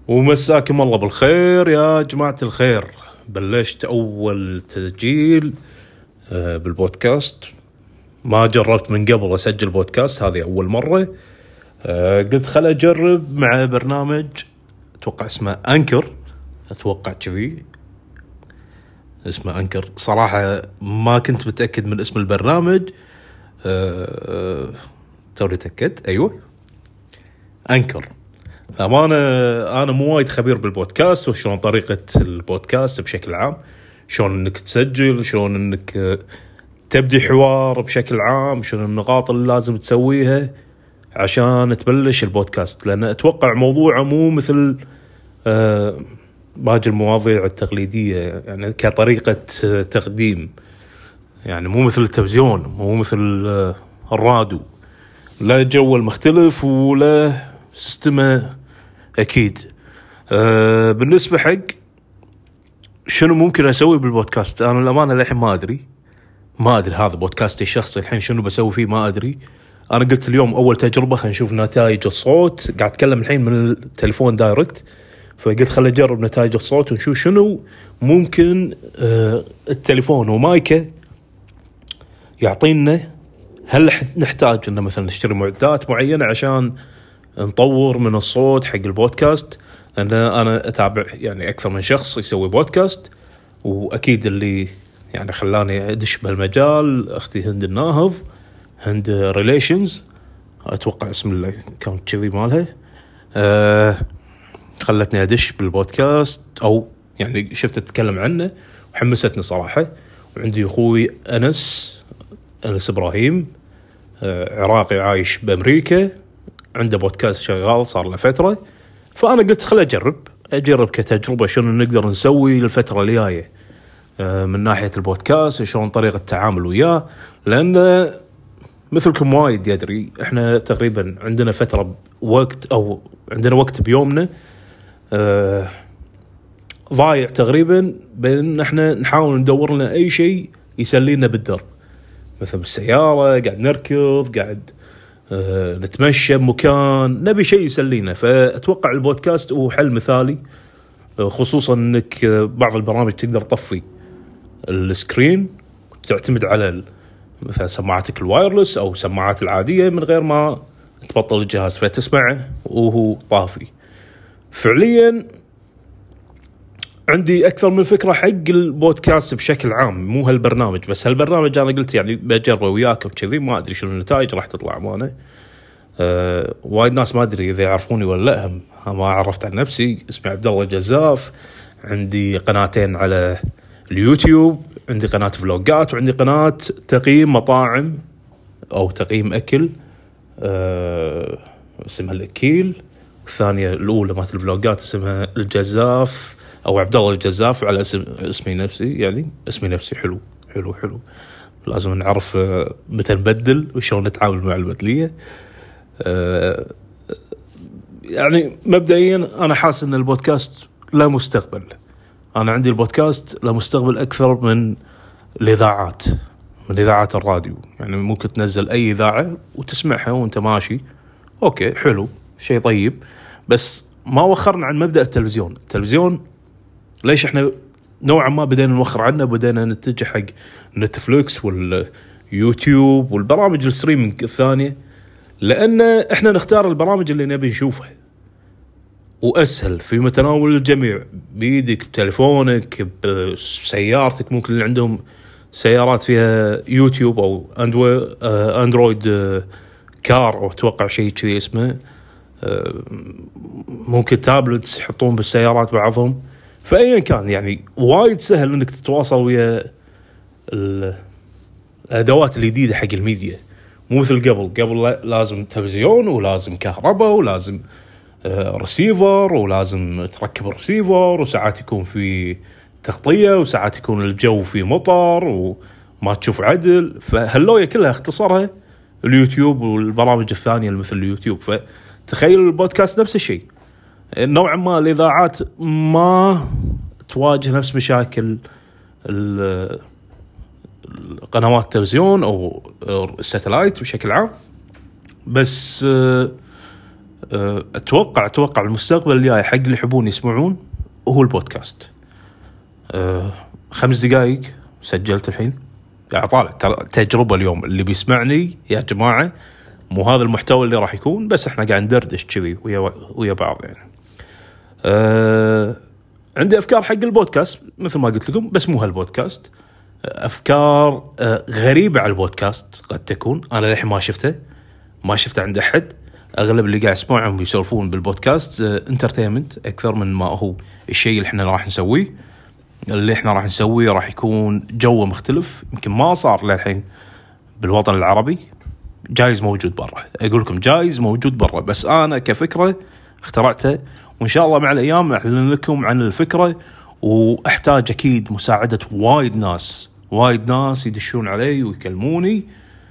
ومساكم الله بالخير يا جماعة الخير. بلشت أول تسجيل بالبودكاست. ما جربت من قبل أسجل بودكاست، هذه أول مرة. قلت خل أجرب مع برنامج أتوقع اسمه أنكر، أتوقع كذي اسمه أنكر. صراحة ما كنت متأكد من اسم البرنامج، توني تأكد. أيوة أنكر. أنا مو وايد خبير بالبودكاست وشلون طريقة البودكاست بشكل عام، شلون إنك تسجل، شلون إنك تبدي حوار بشكل عام، شلون النقاط اللي لازم تسويها عشان تبلش البودكاست. لأن أتوقع موضوعه مو مثل باقي المواضيع التقليدية، يعني كطريقة تقديم، يعني مو مثل التلفزيون، مو مثل الراديو. لا جو المختلف ولا سيستمه أكيد. بالنسبة حق شنو ممكن أسوي بالبودكاست، أنا الأمانة للحين ما أدري هذا بودكاستي الشخصي الحين شنو بسوي فيه، ما أدري. أنا قلت اليوم أول تجربة خلينا نشوف نتائج الصوت. قاعد أتكلم الحين من التليفون دايركت، فقلت خلي أجرب نتائج الصوت ونشوف شنو ممكن التليفون ومايكه يعطينا. هل نحتاج إنه مثلا نشتري معدات معينة عشان نطور من الصوت حق البودكاست؟ لأن أنا أتابع يعني أكثر من شخص يسوي بودكاست، وأكيد اللي يعني خلاني أدش بهالمجال أختي هند الناهض، هند ريليشنز أتوقع اسم اللي كان كذي مالها. خلتني أدش بالبودكاست، أو يعني شفت أتكلم عنه وحمستني صراحة. وعندي أخوي أنس إبراهيم، عراقي عايش بأمريكا، عنده بودكاست شغال صار له فترة. فأنا قلت خل أجرب كتجربة شنو نقدر نسوي للفترة اللي جاية من ناحية البودكاست، شلون طريقة التعامل وياه. لأن مثلكم وايد يدري إحنا تقريبا عندنا فترة وقت، أو عندنا وقت بيومنا ضايع تقريبا بين إحنا نحاول ندور لنا أي شيء يسلينا بالدرب، مثلا بالسيارة قاعد نركض، قاعد نتمشى بمكان، نبي شيء يسلينا. فأتوقع البودكاست هو حل مثالي، خصوصا أنك بعض البرامج تقدر تطفي السكرين، تعتمد على مثلا سماعاتك الوايرلس أو سماعات العادية من غير ما تبطل الجهاز، فتسمعه وهو طافي. فعليا عندي أكثر من فكرة حق البودكاست بشكل عام، مو هالبرنامج بس. هالبرنامج أنا قلت يعني بجربه وياكم كذي، ما أدري شنو النتائج راح تطلع معنا. وايد ناس ما أدري إذا يعرفوني ولا لا، ما عرفت عن نفسي. اسمي عبد الله جزاف، عندي قناتين على اليوتيوب، عندي قناة فلوجات، وعندي قناة تقييم مطاعم أو تقييم أكل اسمها الأكيل. الثانية الأولى مالت الفلوجات اسمها الجزاف أو عبد الله الجزاف، على اسمي نفسي، يعني اسمي نفسي. حلو حلو حلو. لازم نعرف متى نبدل وشون نتعامل مع البدلية. يعني مبدئيا أنا حاسس إن البودكاست لا مستقبل. أنا عندي البودكاست لا مستقبل أكثر من الإذاعات، من إذاعات الراديو. يعني ممكن تنزل أي إذاعة وتسمعها وأنت ماشي، أوكي حلو، شيء طيب. بس ما وخرنا عن مبدأ التلفزيون. ليش إحنا نوعا ما بدينا نوخر عنه، بدينا نتجه حق نتفليكس واليوتيوب والبرامج الستريمينج الثانية؟ لأن إحنا نختار البرامج اللي نبي نشوفها، وأسهل في متناول الجميع، بيدك، بتليفونك، بسيارتك. ممكن اللي عندهم سيارات فيها يوتيوب أو أندرويد كار، أو أتوقع شيء كذي اسمه. ممكن تابلتس يحطون بالسيارات بعضهم. فأيا كان يعني وايد سهل إنك تتواصل ويا الأدوات الجديدة حق الميديا، مو مثل قبل لازم تلفزيون ولازم كهرباء ولازم رسيفر ولازم تركب الرسيفر، وساعات يكون في تغطية وساعات يكون الجو في مطر وما تشوف عدل. فهاللوية كلها اختصرها اليوتيوب والبرامج الثانية مثل اليوتيوب. فتخيل البودكاست نفس الشيء نوعا ما. الإذاعات ما تواجه نفس مشاكل قنوات التلفزيون أو الساتلايت بشكل عام، بس اتوقع المستقبل الجاي حق اللي يحبون يسمعون هو البودكاست. 5 دقائق سجلت الحين، يعني طالع تجربة اليوم. اللي بيسمعني يا جماعة مو هذا المحتوى اللي راح يكون، بس احنا قاعد ندردش كذي ويا بعض يعني. عندي أفكار حق البودكاست مثل ما قلت لكم، بس مو هالبودكاست. أفكار غريبة على البودكاست قد تكون أنا للحين ما شفته عند أحد. أغلب اللي قاعد أسمعهم يسولفون بالبودكاست انترتينمنت أكثر من ما هو الشيء اللي إحنا راح نسويه. اللي إحنا راح نسويه راح يكون جو مختلف، يمكن ما صار للحين بالوطن العربي. جايز موجود برا، أقول لكم جايز موجود برا، بس أنا كفكرة اخترعتها، وإن شاء الله مع الأيام أعلن لكم عن الفكرة. وأحتاج أكيد مساعدة وايد ناس يدشون علي ويكلموني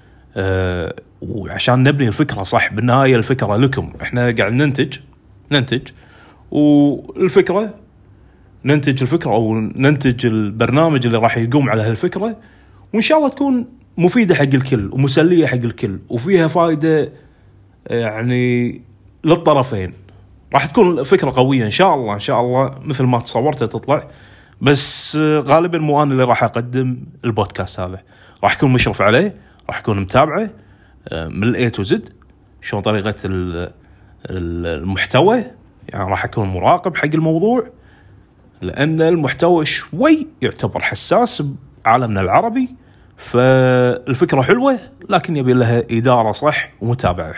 وعشان نبني الفكرة صح. بالنهاية الفكرة لكم، إحنا قاعد ننتج والفكرة ننتج الفكرة أو ننتج البرنامج اللي راح يقوم على هالفكرة، وإن شاء الله تكون مفيدة حق الكل ومسلية حق الكل وفيها فائدة يعني للطرفين. راح تكون فكرة قوية إن شاء الله مثل ما تصورتها تطلع. بس غالبا مو أنا اللي راح أقدم البودكاست هذا، راح يكون مشرف عليه، راح يكون متابعه من الA to Z شلون طريقة المحتوى. يعني راح أكون مراقب حق الموضوع، لأن المحتوى شوي يعتبر حساس بعالمنا العربي. فالفكرة حلوة لكن يبي لها إدارة صح ومتابعة.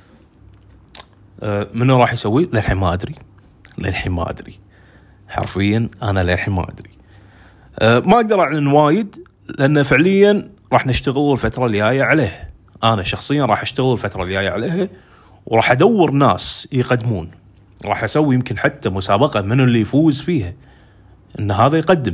منو راح يسوي؟ للحين ما أدري حرفيا. أنا للحين ما أدري. ما أقدر أعلن وايد لأن فعليا راح نشتغل الفترة الجاية عليه. أنا شخصيا راح أشتغل الفترة الجاية عليه، وراح أدور ناس يقدمون. راح أسوي يمكن حتى مسابقة من اللي يفوز فيها إن هذا يقدم.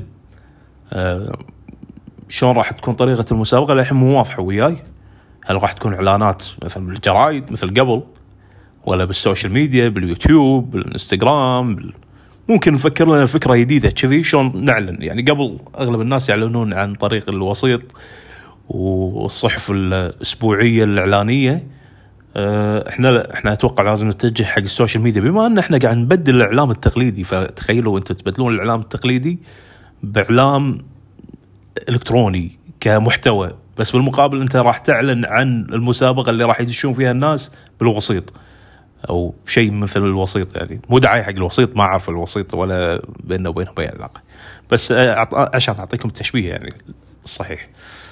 شلون راح تكون طريقة المسابقة للحين مو واضحة وياي. هل راح تكون إعلانات مثلا بالجرايد مثل قبل، ولا بالسوشيال ميديا باليوتيوب بالإنستغرام ممكن نفكر لنا فكرة جديدة كذي شلون نعلن. يعني قبل أغلب الناس يعلنون عن طريق الوسيط والصحف الأسبوعية الإعلانية. احنا اتوقع لازم نتجه حق السوشيال ميديا، بما ان احنا قاعد نبدل الاعلام التقليدي. فتخيلوا انتم تبدلون الاعلام التقليدي باعلام الكتروني كمحتوى، بس بالمقابل انت راح تعلن عن المسابقة اللي راح يدشون فيها الناس بالوسيط او شيء مثل الوسيط. يعني مو دعاية حق الوسيط، ما اعرف الوسيط ولا بيننا وبينهم اي علاقة، بس عشان اعطيكم التشبيه يعني الصحيح.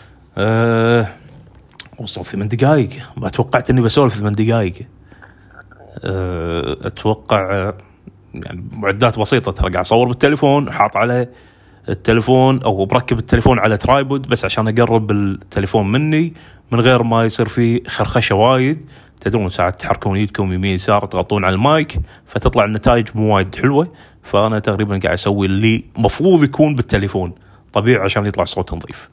وصل 8 دقائق، ما توقعت اني بسولف 8 دقائق. اتوقع يعني معدات بسيطة، ترى قاعد اصور بالتليفون، حاط على التليفون او بركب التليفون على ترايبود بس عشان اقرب التليفون مني من غير ما يصير فيه خرخشة وايد. تدرون ساعات تحركون يدكم يمين يسار تغطون على المايك فتطلع النتائج مو وايد حلوة. فانا تقريبا قاعد اسوي اللي مفروض يكون بالتليفون طبيعي عشان يطلع صوت نظيف.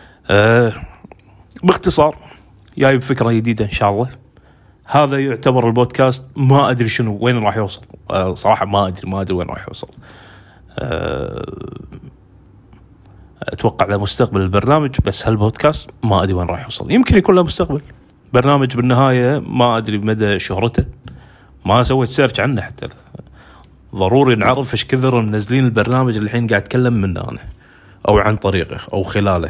باختصار جايب فكرة جديدة إن شاء الله. هذا يعتبر البودكاست، ما أدري شنو وين راح يوصل. صراحة ما أدري وين راح يوصل. أتوقع له مستقبل البرنامج، بس هالبودكاست ما أدري وين راح يوصل. يمكن يكون له مستقبل برنامج بالنهاية، ما أدري مدى شهرته، ما سويت سيرش عنه حتى. ضروري نعرف إيش كثر منزلين البرنامج اللي الحين قاعد أتكلم منه أنا أو عن طريقه أو خلاله.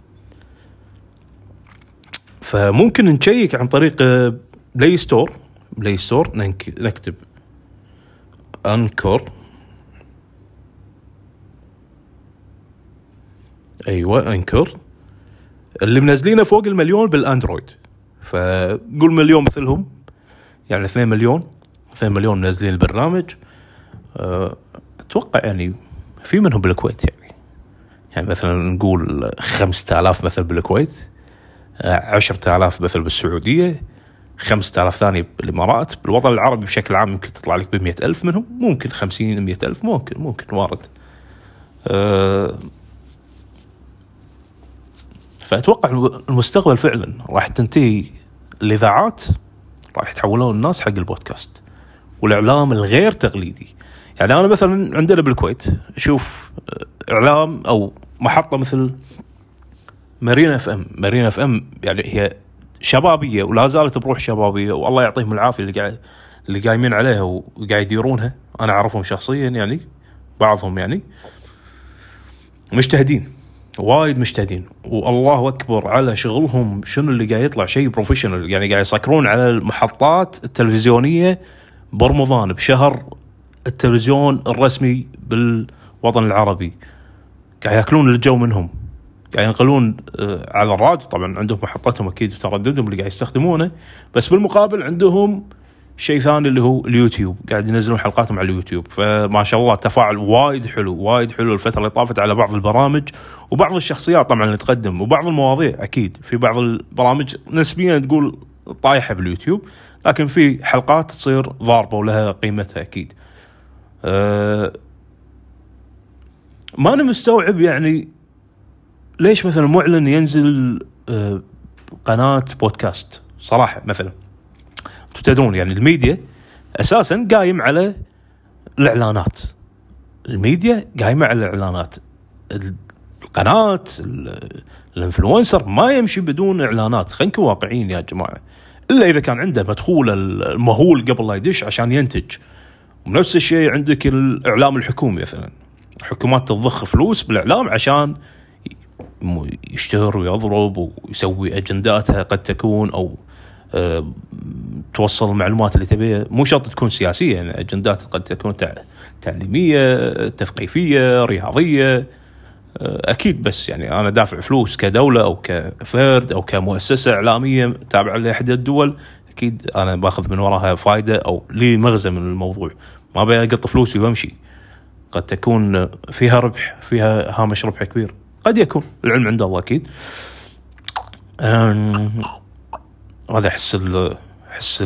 فممكن نشيك عن طريق بلاي ستور نكتب أنكور. أيوة أنكور اللي منزلينه فوق 1,000,000 بالأندرويد. فقول 1,000,000 مثلهم، يعني 2 مليون منزلين البرنامج. أتوقع يعني في منهم بالكويت، يعني مثلا نقول 5,000 مثل بالكويت، 10,000 مثل بالسعودية، 5,000 ثاني بالإمارات. بالوطن العربي بشكل عام يمكن تطلع لك ب100,000 منهم، ممكن 50-100,000 ممكن وارد. فأتوقع المستقبل فعلا راح تنتهي الإذاعات، راح يتحولون الناس حق البودكاست والإعلام الغير تقليدي. يعني أنا مثلا عندنا بالكويت أشوف إعلام أو محطة مثل مارينا اف ام. يعني هي شبابيه ولا زالت بروح شبابيه، والله يعطيهم العافيه اللي قايمين عليها وقاعد يديرونها. انا اعرفهم شخصيا يعني، بعضهم يعني مجتهدين، وايد مجتهدين، والله اكبر على شغلهم. شنو اللي قاعد يطلع شيء بروفيشنال يعني، قاعد يسكرون على المحطات التلفزيونيه برمضان بشهر التلفزيون الرسمي بالوطن العربي، قاعد ياكلون الجو منهم، قاعد ينقلون على الراديو. طبعا عندهم محطتهم اكيد وترددهم اللي قاعد يستخدمونه، بس بالمقابل عندهم شيء ثاني اللي هو اليوتيوب، قاعد ينزلون حلقاتهم على اليوتيوب. فما شاء الله تفاعل وايد حلو، وايد حلو الفتره اللي طافت على بعض البرامج وبعض الشخصيات طبعا اللي تقدم، وبعض المواضيع. اكيد في بعض البرامج نسبيا تقول طايحه باليوتيوب، لكن في حلقات تصير ضاربه ولها قيمتها اكيد. ما انا مستوعب يعني ليش مثلا معلن ينزل قناه بودكاست. صراحه مثلا تدرون يعني الميديا اساسا قايم على الاعلانات، الميديا قايمه على الاعلانات. القناه الانفلونسر ما يمشي بدون اعلانات، خلينا نكون واقعيين يا جماعه، الا اذا كان عنده مدخول المهول قبل لا يدش عشان ينتج. ونفس الشيء عندك الاعلام الحكومي مثلا، حكومات تضخ فلوس بالاعلام عشان يشتهر ويضرب ويسوي اجنداتها، قد تكون او توصل المعلومات اللي تبيها، مو شرط تكون سياسيه يعني، اجندات قد تكون تعليميه، تثقيفيه، رياضيه، اكيد. بس يعني انا دافع فلوس كدوله او كفرد او كمؤسسه اعلاميه تابعه لاحد الدول، اكيد انا باخذ من وراها فائده او لي مغزى من الموضوع، ما ابي اقط فلوسي وامشي. قد تكون فيها ربح، فيها هامش ربح كبير، قد يكون، العلم عند الله اكيد. هذا احس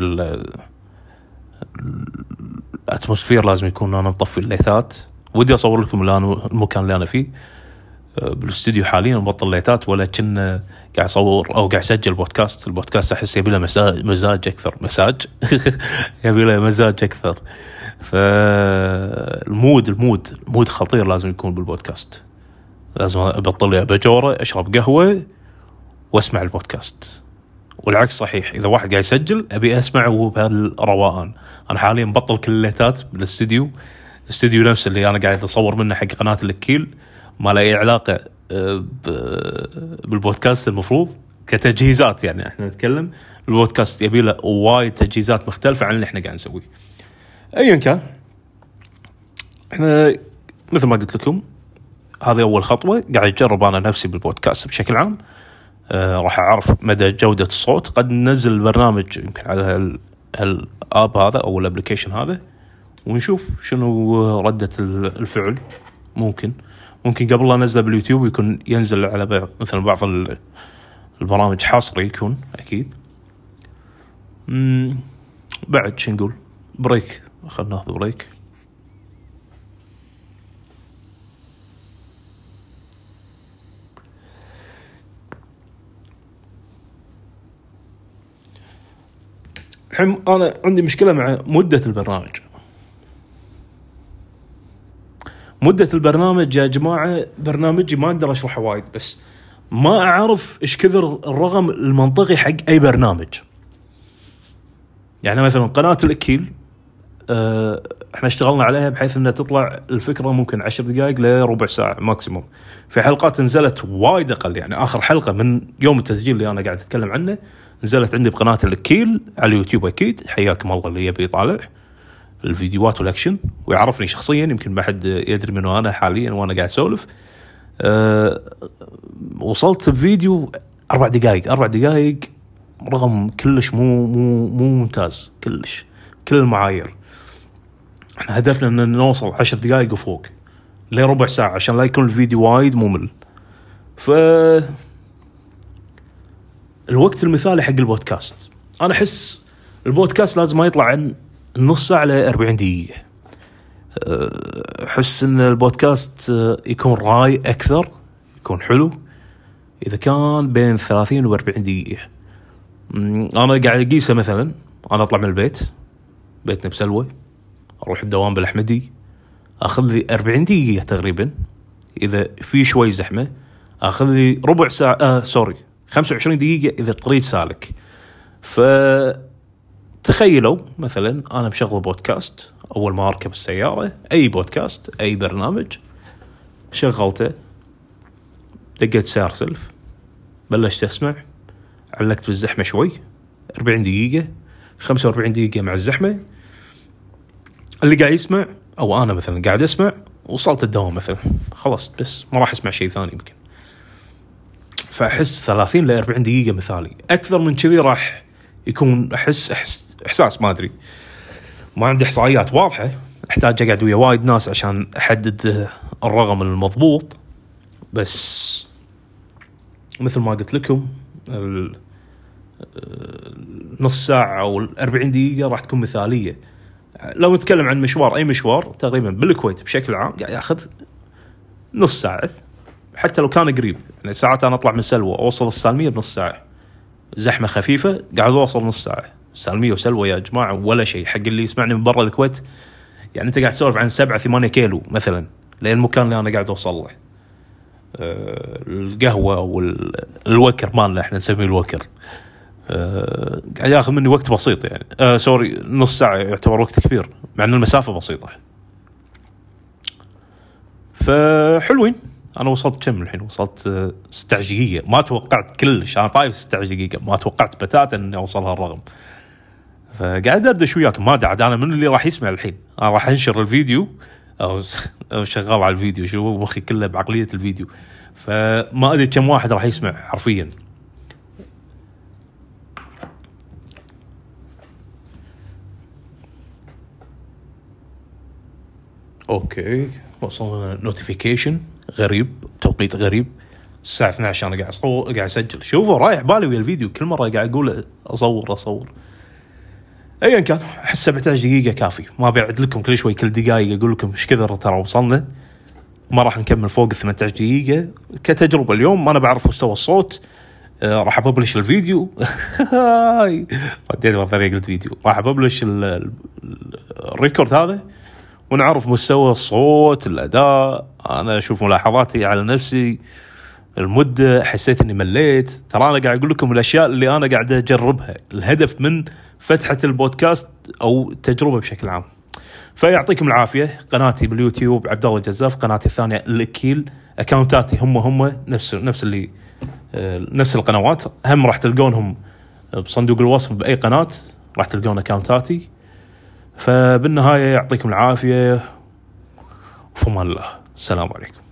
الاتموسفير لازم يكون. انا مطفي الليتات، ودي اصور لكم المكان اللي انا فيه بالاستوديو حاليا، مبطل ليتات ولا كنا قاعد اصور او قاعد اسجل بودكاست. البودكاست احس يبي له مزاج اكثر، يبي له مزاج اكثر. المود خطير لازم يكون بالبودكاست، لازم ابطل لي بجوره، اشرب قهوه واسمع البودكاست. والعكس صحيح، اذا واحد قاعد يسجل ابي اسمعه وهو بهالروقان. انا حاليا مبطل كل الليتات بالاستديو، الاستديو نفس اللي انا قاعد اصور منه حق قناه الكيل، ما له اي علاقه بالبودكاست. المفروض كتجهيزات يعني احنا نتكلم، البودكاست يبي له وايد تجهيزات مختلفه عن اللي احنا قاعد نسويه. ايا كان، احنا مثل ما قلت لكم هذه اول خطوه، قاعد اجرب انا نفسي بالبودكاست بشكل عام. راح اعرف مدى جوده الصوت، قد ننزل البرنامج يمكن على الاب هذا او الابلكيشن هذا، ونشوف شنو ردة الفعل. ممكن قبل لا ننزله باليوتيوب يكون ينزل على مثلا بعض البرامج حصري يكون اكيد. بعد شو نقول، بريك، خلنا ناخذ بريك. الحين أنا عندي مشكلة مع مدة البرنامج. مدة البرنامج يا جماعة، برنامجي ما أقدر أشرحه وايد، بس ما أعرف إيش كثر الرقم المنطقي حق أي برنامج. يعني مثلا قناة الأكيل احنا اشتغلنا عليها بحيث انها تطلع الفكرة ممكن 10 دقائق لربع ساعة ماكسيموم. في حلقات نزلت وايد أقل، يعني آخر حلقة من يوم التسجيل اللي أنا قاعد أتكلم عنه نزلت عندي بقناة الأكيل على اليوتيوب. أكيد حياكم الله اللي يبي يطالع الفيديوهات والأكشن ويعرفني شخصيا، يمكن ما حد يدري منه أنا حاليا وأنا قاعد أسولف. وصلت بفيديو 4 دقائق، رقم كلش مو ممتاز، كلش كل المعايير. احنا هدفنا ان نوصل 10 دقائق وفوق لربع ساعة عشان لا يكون الفيديو وايد ممل. الوقت المثالي حق البودكاست، انا احس البودكاست لازم ما يطلع عن نص ساعة ل 40 دقيقة. احس ان البودكاست يكون راي اكثر، يكون حلو اذا كان بين 30 و 40 دقيقة. انا قاعد اقيسه، مثلا انا اطلع من بيتنا بسلوى، اروح الدوام بالاحمدي، اخذ لي 40 دقيقة تقريبا. اذا في شوي زحمة اخذ لي ربع ساعة 25 دقيقة اذا الطريق سالك. فتخيلوا مثلا أنا مشغل بودكاست أول ما أركب السيارة، أي بودكاست أي برنامج شغلته، دقيت سير سلف، بلشت أسمع، علقت بالزحمة شوي 40 دقيقة 45 دقيقة مع الزحمة، اللي قاعد يسمع أو أنا مثلا قاعد أسمع، وصلت الدوام مثلا خلاص، بس ما راح أسمع شيء ثاني يمكن. فأحس 30 ل 40 دقيقة مثالي. أكثر من كذي راح يكون إحساس ما أدري، ما عندي إحصائيات واضحة، أحتاج أقعد ويا وايد ناس عشان أحدد الرقم المضبوط. بس مثل ما قلت لكم نص ساعة أو 40 دقيقة راح تكون مثالية. لو نتكلم عن مشوار، أي مشوار تقريبا بالكويت بشكل عام قاعد يأخذ نص ساعة، حتى لو كان قريب. يعني ساعات أنا أطلع من سلوى أوصل السالمية بنص ساعة، زحمة خفيفة قاعد أوصل نص ساعة. سالمية وسلوى يا جماعة ولا شيء، حق اللي يسمعني من برا الكويت يعني أنت قاعد تسولف عن 7-8 كيلو مثلا لأن المكان اللي أنا قاعد أوصل له. القهوة والوكر مالنا احنا نسميه الوكر، قاعد ياخذ مني وقت بسيط يعني. سوري، نص ساعة يعتبر وقت كبير مع ان المسافة بسيطة. فحلوين. انا وصلت كم الحين؟ وصلت 16 دقيقة. ما توقعت كلش، انا طايف 16 دقيقة، ما توقعت بتاتا اني اوصل هالرقم. فقاعد ادردش وياكم، ما ادري انا من اللي راح يسمع الحين. انا راح انشر الفيديو او شغال على الفيديو، شو مخي كله بعقلية الفيديو، فما ادري كم واحد راح يسمع حرفيا. اوكي، وصلنا نوتيفيكيشن غريب، توقيت غريب، الساعة 12 انا قاعد اسجل. شوفوا رايح بالي ويا الفيديو، كل مرة قاعد اقول اصور. ايا كان، احس 17 دقيقة كافي. ما بعد لكم كل شوي كل دقائق اقول لكم ايش كثر ترى وصلنا. ما راح نكمل فوق 18 دقيقة كتجربة. اليوم ما انا بعرف مستوى الصوت. راح ابلش الفيديو رديت بطريقة الفيديو، راح ابلش الريكورد هذا ونعرف مستوى الصوت، الأداء. أنا أشوف ملاحظاتي على نفسي، المدة، حسيت إني مليت. ترى أنا قاعد أقول لكم الأشياء اللي أنا قاعد أجربها، الهدف من فتحة البودكاست أو التجربة بشكل عام. فيعطيكم العافية. قناتي باليوتيوب عبد الله الجزاف، قناتي الثانية الأكيل، أكاونتاتي هم نفس القنوات، هم راح تلقونهم بصندوق الوصف بأي قناة، راح تلقون أكاونتاتي. فبالنهاية يعطيكم العافية وفمان الله، السلام عليكم.